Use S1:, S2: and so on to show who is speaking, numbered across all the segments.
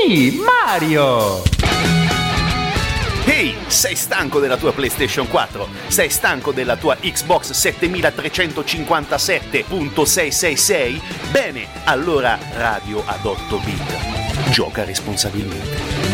S1: Sì, Mario!
S2: Ehi, sei stanco della tua PlayStation 4? Sei stanco della tua Xbox 7357.666? Bene, allora Radio ad 8 bit. Gioca responsabilmente.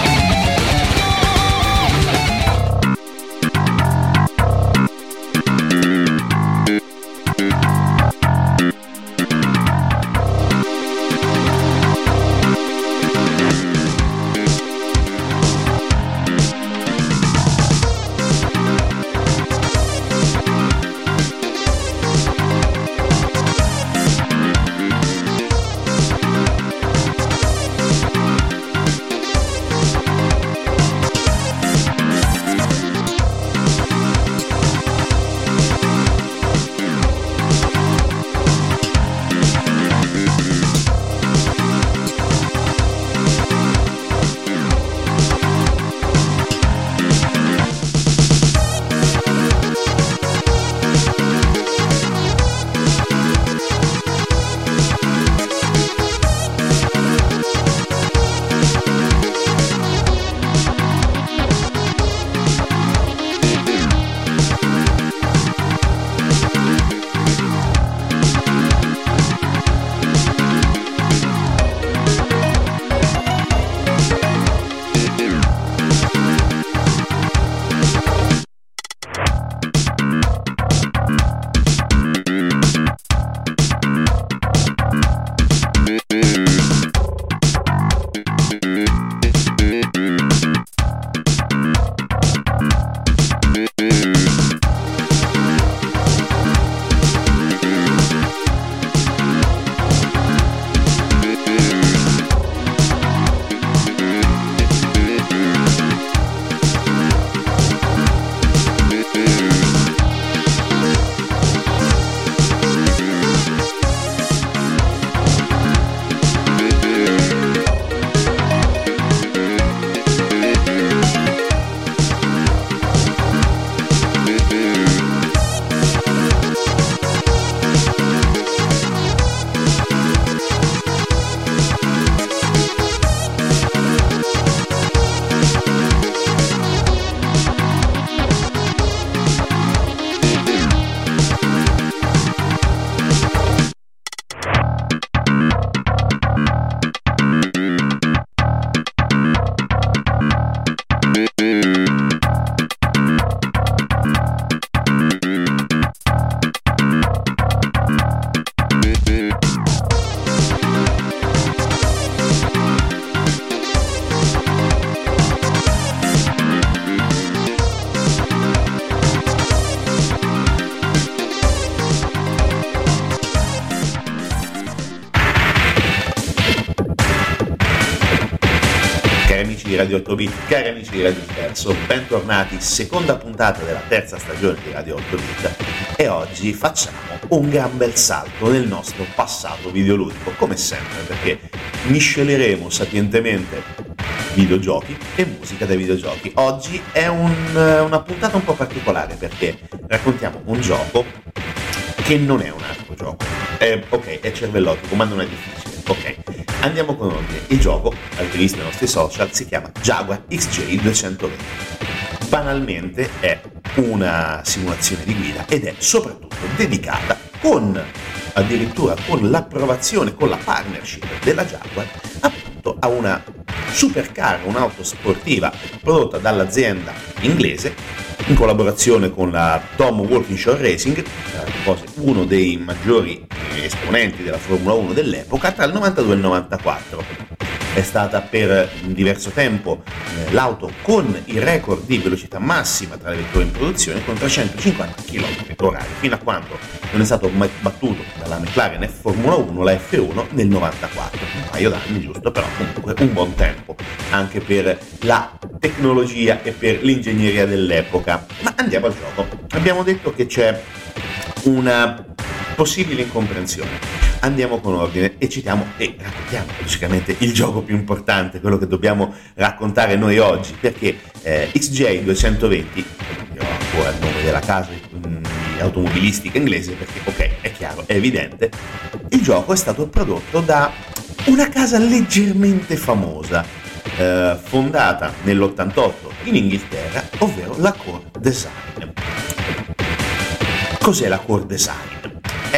S3: Di Radio 8 Bit, cari amici di Radio Universo, bentornati, seconda puntata della terza stagione di Radio 8 Bit e oggi facciamo un gran bel salto nel nostro passato videoludico, come sempre, perché misceleremo sapientemente videogiochi e musica dai videogiochi. Oggi è una puntata un po' particolare perché raccontiamo un gioco che non è un altro gioco, è cervellotico ma non è difficile, ok. Andiamo con ordine. Il gioco, avete visto nei nostri social, si chiama Jaguar XJ220. Banalmente è una simulazione di guida ed è soprattutto dedicata addirittura con l'approvazione, con la partnership della Jaguar, appunto a una supercar, un'auto sportiva prodotta dall'azienda in collaborazione con la Tom Walkinshaw Racing, uno dei maggiori esponenti della Formula 1 dell'epoca, tra il 92 e il 94. È stata per diverso tempo l'auto con il record di velocità massima tra le vetture in produzione, con 350 km/h, fino a quando non è stato battuto dalla McLaren Formula 1, la F1, nel 94. Un paio d'anni giusto, però comunque un buon tempo, anche per la tecnologia e per l'ingegneria dell'epoca. Ma andiamo al gioco. Abbiamo detto che c'è una possibile incomprensione. Andiamo con ordine e citiamo e raccontiamo logicamente il gioco più importante, quello che dobbiamo raccontare noi oggi, perché XJ220, io ho ancora il nome della casa automobilistica inglese, perché ok, è chiaro, è evidente, il gioco è stato prodotto da una casa leggermente famosa, fondata nell'88 in Inghilterra, ovvero la Core Design. Cos'è la Core Design?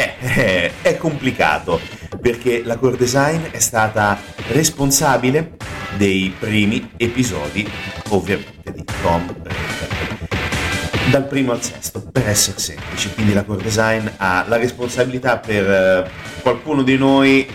S3: È complicato, perché la Core Design è stata responsabile dei primi episodi, ovviamente, di Tomb Raider, dal primo al sesto, per essere semplici. Quindi la Core Design ha la responsabilità per qualcuno di noi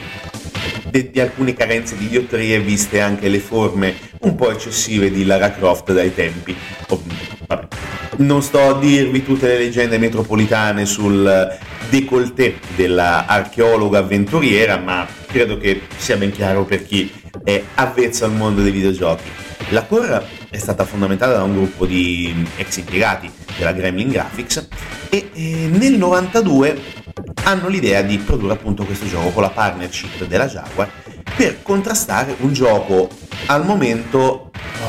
S3: di alcune carenze di idiottrie, viste anche le forme un po' eccessive di Lara Croft dai tempi. Vabbè. Non sto a dirvi tutte le leggende metropolitane sul décolleté della archeologa avventuriera, ma credo che sia ben chiaro per chi è avvezzo al mondo dei videogiochi. La Core è stata fondamentata da un gruppo di ex impiegati della Gremlin Graphics e nel 92 hanno l'idea di produrre appunto questo gioco con la partnership della Jaguar, per contrastare un gioco al momento,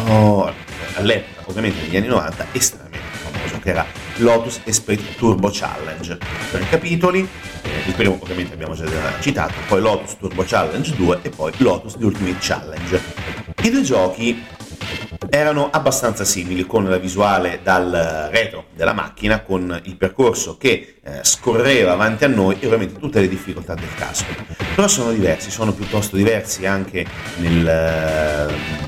S3: all'epoca ovviamente negli anni 90, estremamente famoso, che era Lotus Esprit Turbo Challenge. 3 capitoli, il primo ovviamente abbiamo già citato, poi Lotus Turbo Challenge 2 e poi Lotus The Ultimate Challenge. I due giochi erano abbastanza simili, con la visuale dal retro della macchina, con il percorso che scorreva avanti a noi e ovviamente tutte le difficoltà del caso. Però sono diversi, sono piuttosto diversi anche nella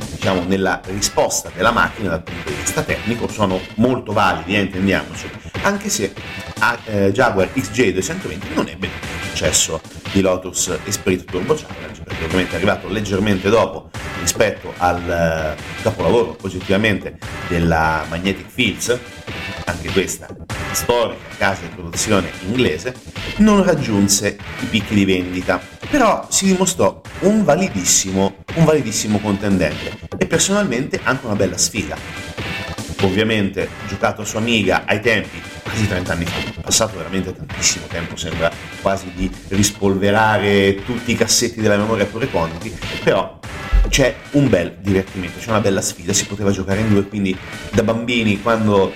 S3: risposta della macchina dal punto di vista tecnico, sono molto validi, intendiamoci, anche se Jaguar XJ220 non ebbe il successo di Lotus Esprit Turbo Challenge, perché ovviamente è arrivato leggermente dopo rispetto al capolavoro oggettivamente della Magnetic Fields, anche questa storica casa di produzione inglese. Non raggiunse i picchi di vendita, però si dimostrò un validissimo contendente e personalmente anche una bella sfida. Ovviamente giocato su Amiga ai tempi, quasi 30 anni fa, passato veramente tantissimo tempo, sembra quasi di rispolverare tutti i cassetti della memoria pure reconditi, però c'è un bel divertimento, c'è una bella sfida, si poteva giocare in due, quindi da bambini, quando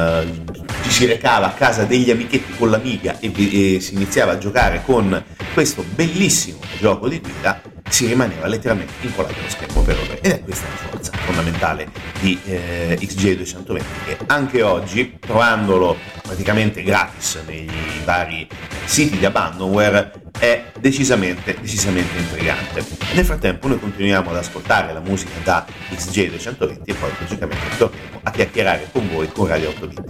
S3: ci si recava a casa degli amichetti con l'Amiga e si iniziava a giocare con questo bellissimo gioco di guida, si rimaneva letteralmente incollato allo schermo per ore, ed è questa la forza fondamentale di XJ220, che anche oggi, trovandolo praticamente gratis nei vari siti di Abandonware, è decisamente intrigante. Nel frattempo noi continuiamo ad ascoltare la musica da XJ220 e poi logicamente torniamo a chiacchierare con voi con Radio 8 Bit.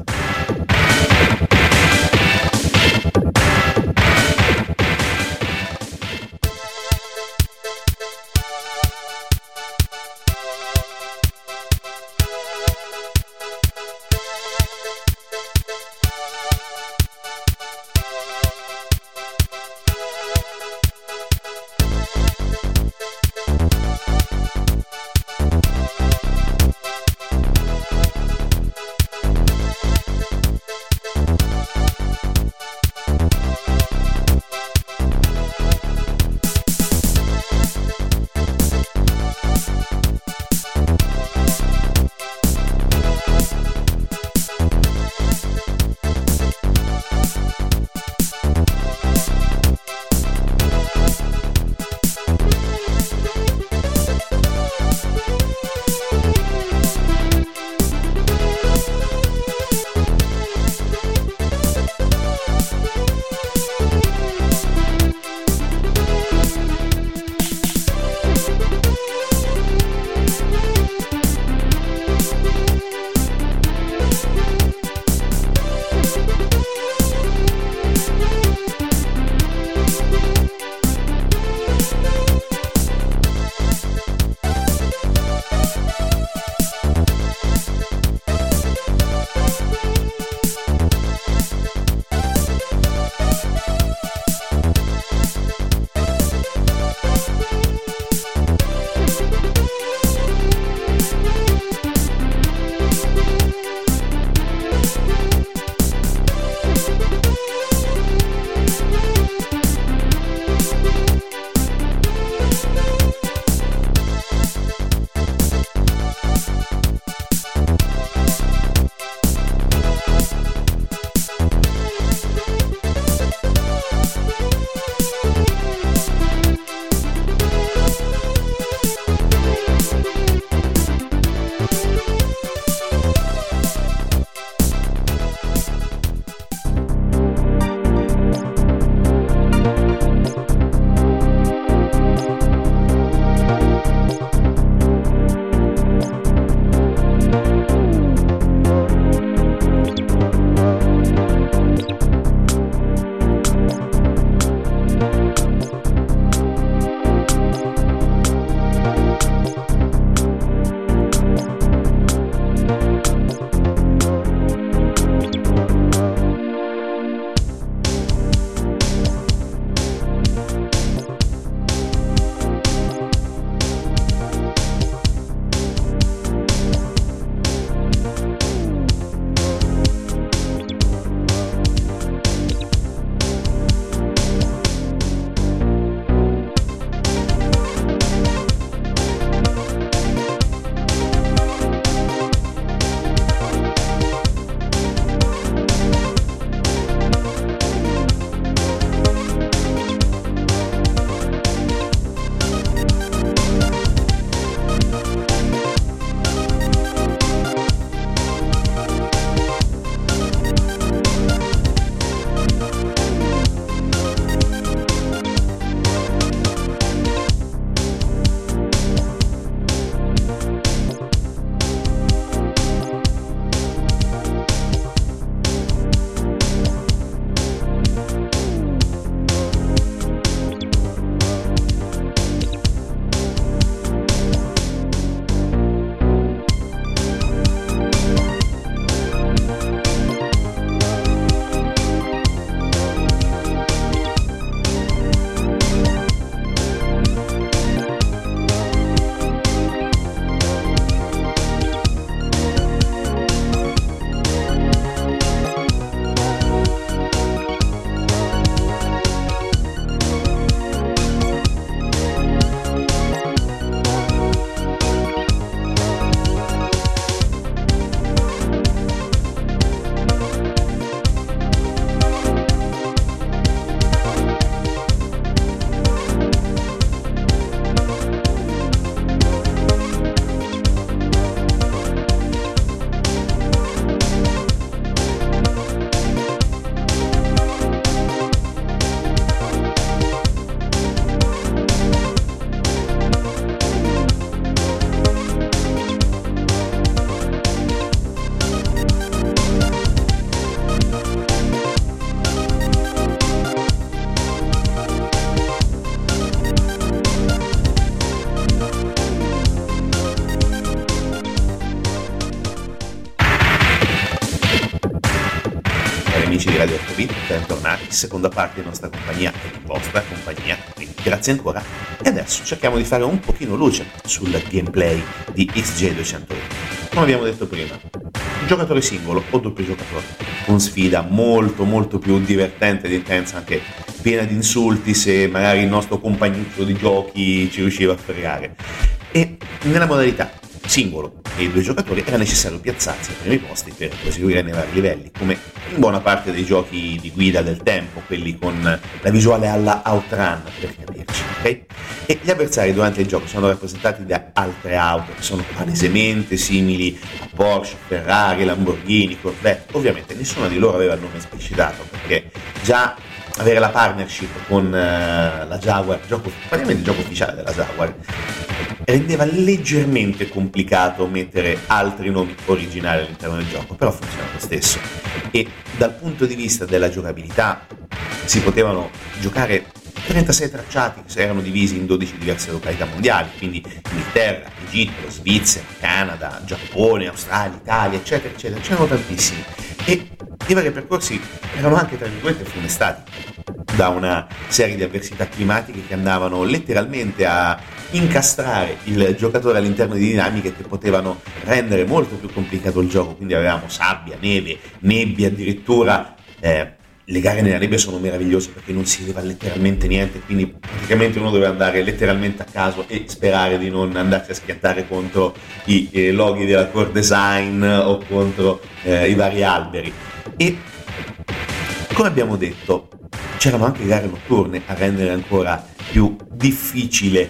S3: amici di Radio 8 Bit, bentornati, seconda parte di nostra compagnia e di vostra compagnia, quindi grazie ancora. E adesso cerchiamo di fare un pochino luce sul gameplay di XJ220. Come abbiamo detto prima, giocatore singolo o doppio giocatore, con sfida molto più divertente ed intensa, anche piena di insulti se magari il nostro compagnuccio di giochi ci riusciva a fregare. E nella modalità singolo e 2 giocatori era necessario piazzarsi ai primi posti per proseguire nei vari livelli, come in buona parte dei giochi di guida del tempo, quelli con la visuale alla Outrun, per capirci, ok? E gli avversari durante il gioco sono rappresentati da altre auto che sono palesemente simili a Porsche, Ferrari, Lamborghini, Corvette. Ovviamente nessuno di loro aveva il nome esplicitato, perché già avere la partnership con la Jaguar, praticamente il gioco ufficiale della Jaguar, rendeva leggermente complicato mettere altri nomi originali all'interno del gioco, però funziona lo stesso. E dal punto di vista della giocabilità si potevano giocare 36 tracciati che erano divisi in 12 diverse località mondiali, quindi Inghilterra, Egitto, Svizzera, Canada, Giappone, Australia, Italia, eccetera, eccetera, c'erano tantissimi. E i vari percorsi erano anche, tra virgolette, funestati da una serie di avversità climatiche che andavano letteralmente a incastrare il giocatore all'interno di dinamiche che potevano rendere molto più complicato il gioco. Quindi avevamo sabbia, neve, nebbia addirittura. Le gare nella nebbia sono meravigliose perché non si vedeva letteralmente niente, quindi praticamente uno doveva andare letteralmente a caso e sperare di non andarsi a schiantare contro i loghi della core design o contro i vari alberi. E come abbiamo detto, c'erano anche gare notturne a rendere ancora più difficile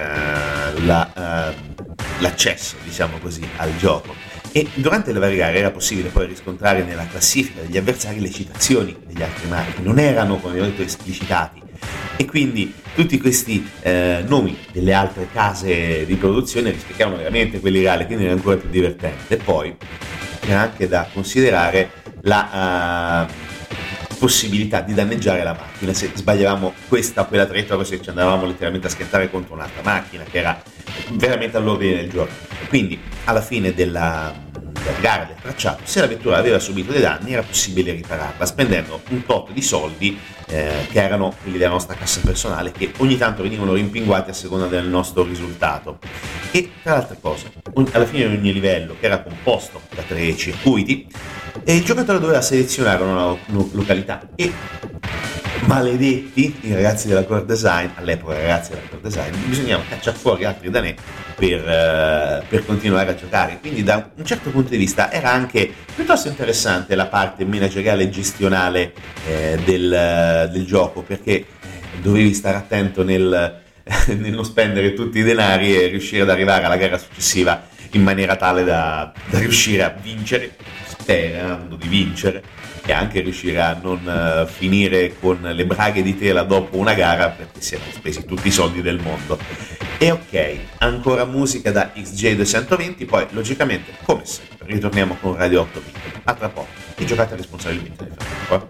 S3: l'accesso, diciamo così, al gioco. E durante le varie gare era possibile poi riscontrare nella classifica degli avversari le citazioni degli altri marchi, non erano, come ho detto, esplicitati. E quindi tutti questi nomi delle altre case di produzione rispecchiavano veramente quelli reali, quindi era ancora più divertente. E poi c'era anche da considerare la possibilità di danneggiare la macchina se sbagliavamo questa o quella traiettoria, se ci andavamo letteralmente a schiantare contro un'altra macchina, che era veramente all'ordine del giorno. Quindi alla fine della gara del tracciato, se la vettura aveva subito dei danni, era possibile ripararla spendendo un tot di soldi che erano quelli della nostra cassa personale, che ogni tanto venivano rimpinguati a seconda del nostro risultato. E tra le altre cose, alla fine di ogni livello, che era composto da 3 circuiti, il giocatore doveva selezionare una località e, maledetti i ragazzi della core design, all'epoca ragazzi della core design, bisognava cacciare fuori altri danè per continuare a giocare. Quindi da un certo punto di vista era anche piuttosto interessante la parte manageriale e gestionale del gioco, perché dovevi stare attento nel non spendere tutti i denari e riuscire ad arrivare alla gara successiva in maniera tale da riuscire a vincere, sperando di vincere, e anche riuscire a non finire con le braghe di tela dopo una gara perché si erano spesi tutti i soldi del mondo. E ok, ancora musica da XJ220, poi logicamente, come sempre, ritorniamo con Radio 8 Bit. A tra poco, e giocate responsabilmente nel frattempo.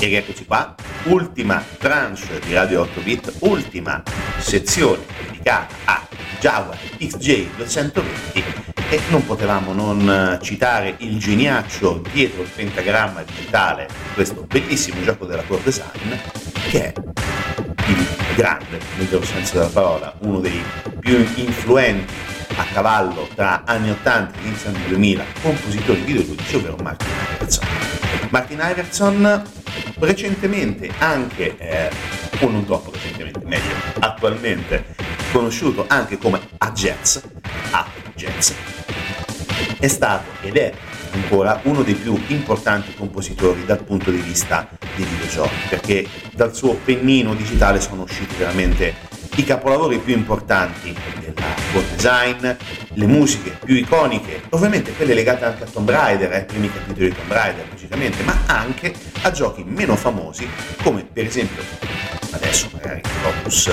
S3: E rieccoci qua, ultima tranche di Radio 8 Bit, ultima sezione dedicata a Jaguar XJ220, e non potevamo non citare il geniaccio dietro il pentagramma digitale di questo bellissimo gioco della core design, che è il grande, nel vero senso della parola, uno dei più influenti a cavallo tra anni 80 e inizio anni 2000 compositori videoludici, ovvero Martin Iverson. Martin Iverson recentemente anche, o non troppo recentemente, meglio, attualmente conosciuto anche come A-Jazz, è stato ed è ancora uno dei più importanti compositori dal punto di vista dei videogiochi, perché dal suo pennino digitale sono usciti veramente i capolavori più importanti della core design, le musiche più iconiche, ovviamente quelle legate anche a Tomb Raider, ai primi capitoli di Tomb Raider logicamente, ma anche a giochi meno famosi come per esempio adesso magari Focus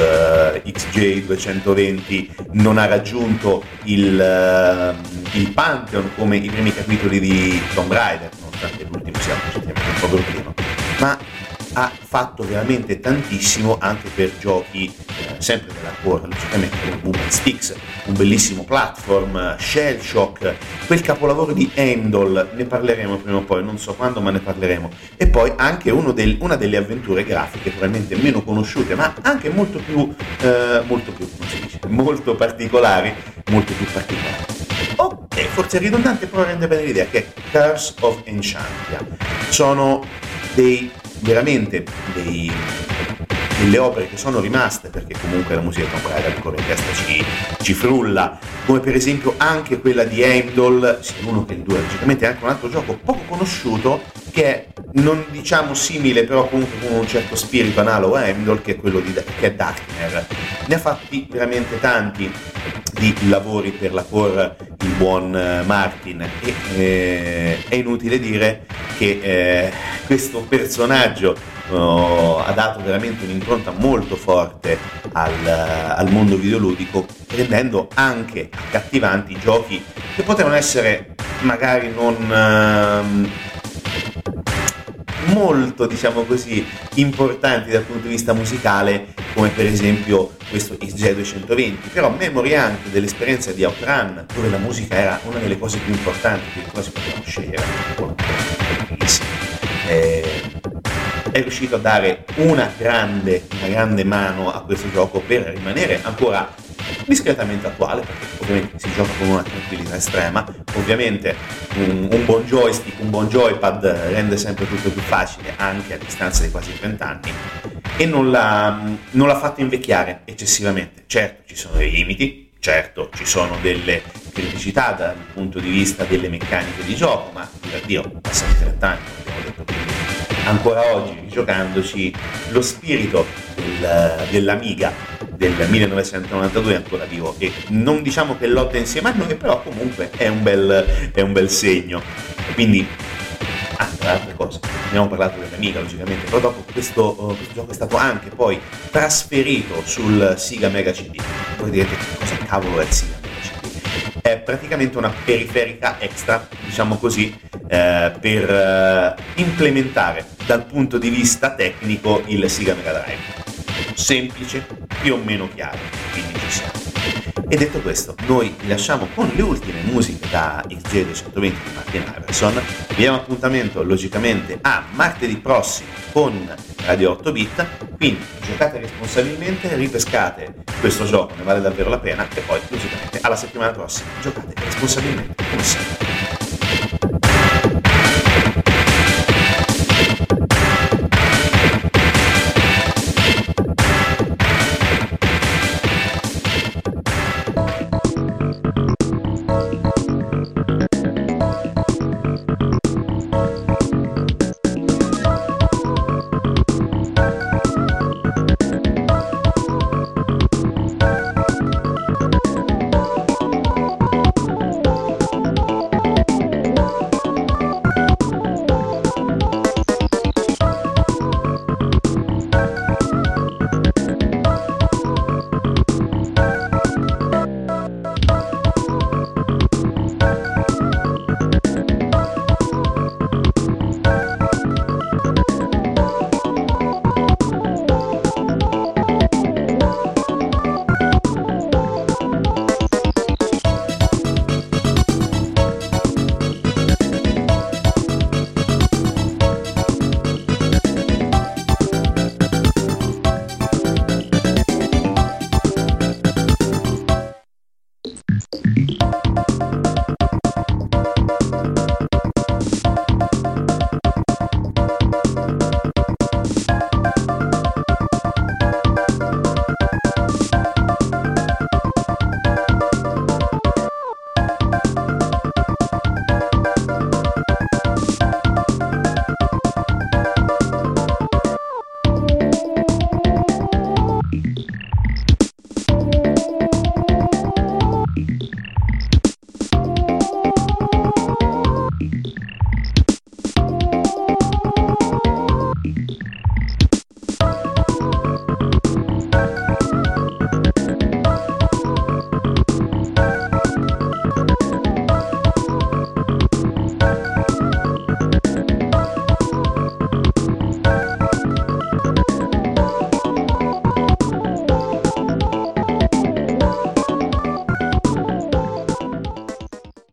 S3: XJ220 non ha raggiunto il Pantheon come i primi capitoli di Tomb Raider, nonostante l'ultimo sia oggettivamente un po' bruttino, ma ha fatto veramente tantissimo anche per giochi sempre della core, logicamente come Movement Sticks, un bellissimo platform, Shell Shock, quel capolavoro di Heimdall, ne parleremo prima o poi, non so quando, ma ne parleremo, e poi anche una delle avventure grafiche probabilmente meno conosciute, ma anche molto particolari. Ok, forse è ridondante, però rende bene l'idea, che è Curse of Enchantia. Sono veramente delle opere che sono rimaste, perché comunque la musica di Tomb Raider ancora in testa ci frulla, come per esempio anche quella di Heimdall, sia l'uno che il 2, logicamente anche un altro gioco poco conosciuto che è, non diciamo simile, però comunque con un certo spirito analogo a Heimdall, che è quello che è Darkner. Ne ha fatti veramente tanti di lavori per la core il buon Martin, e è inutile dire che questo personaggio ha dato veramente un'impronta molto forte al mondo videoludico, rendendo anche accattivanti giochi che potevano essere magari non molto, diciamo così, importanti dal punto di vista musicale, come per esempio questo XJ220, però memori anche dell'esperienza di Outrun, dove la musica era una delle cose più importanti, che quasi potevamo scegliere. È riuscito a dare una grande mano a questo gioco per rimanere ancora discretamente attuale, perché ovviamente si gioca con una tranquillità estrema, ovviamente un buon joystick, un buon joypad rende sempre tutto più facile anche a distanza di quasi 30 anni, e non l'ha fatto invecchiare eccessivamente. Certo, ci sono dei limiti, certo ci sono delle criticità dal punto di vista delle meccaniche di gioco, ma Dio, passati 30 anni, abbiamo detto, quindi ancora oggi, rigiocandoci, lo spirito dell'Amiga del 1992 è ancora vivo, e non diciamo che lotta insieme a noi, però comunque è un bel segno. Quindi, tra altre cose, abbiamo parlato dell'Amiga logicamente, però dopo questo gioco è stato anche poi trasferito sul Sega Mega CD. Voi direte, cosa cavolo è il Sega Mega CD? È praticamente una periferica extra, diciamo così, per implementare dal punto di vista tecnico il Sega Mega Drive. Semplice, più o meno chiaro, quindi ci siamo. E detto questo, noi vi lasciamo con le ultime musiche da XJ220 di Martin Iverson. Vi diamo appuntamento logicamente a martedì prossimo con Radio 8 Bit, quindi giocate responsabilmente, ripescate questo gioco, ne vale davvero la pena, e poi logicamente alla settimana prossima giocate responsabilmente come sempre.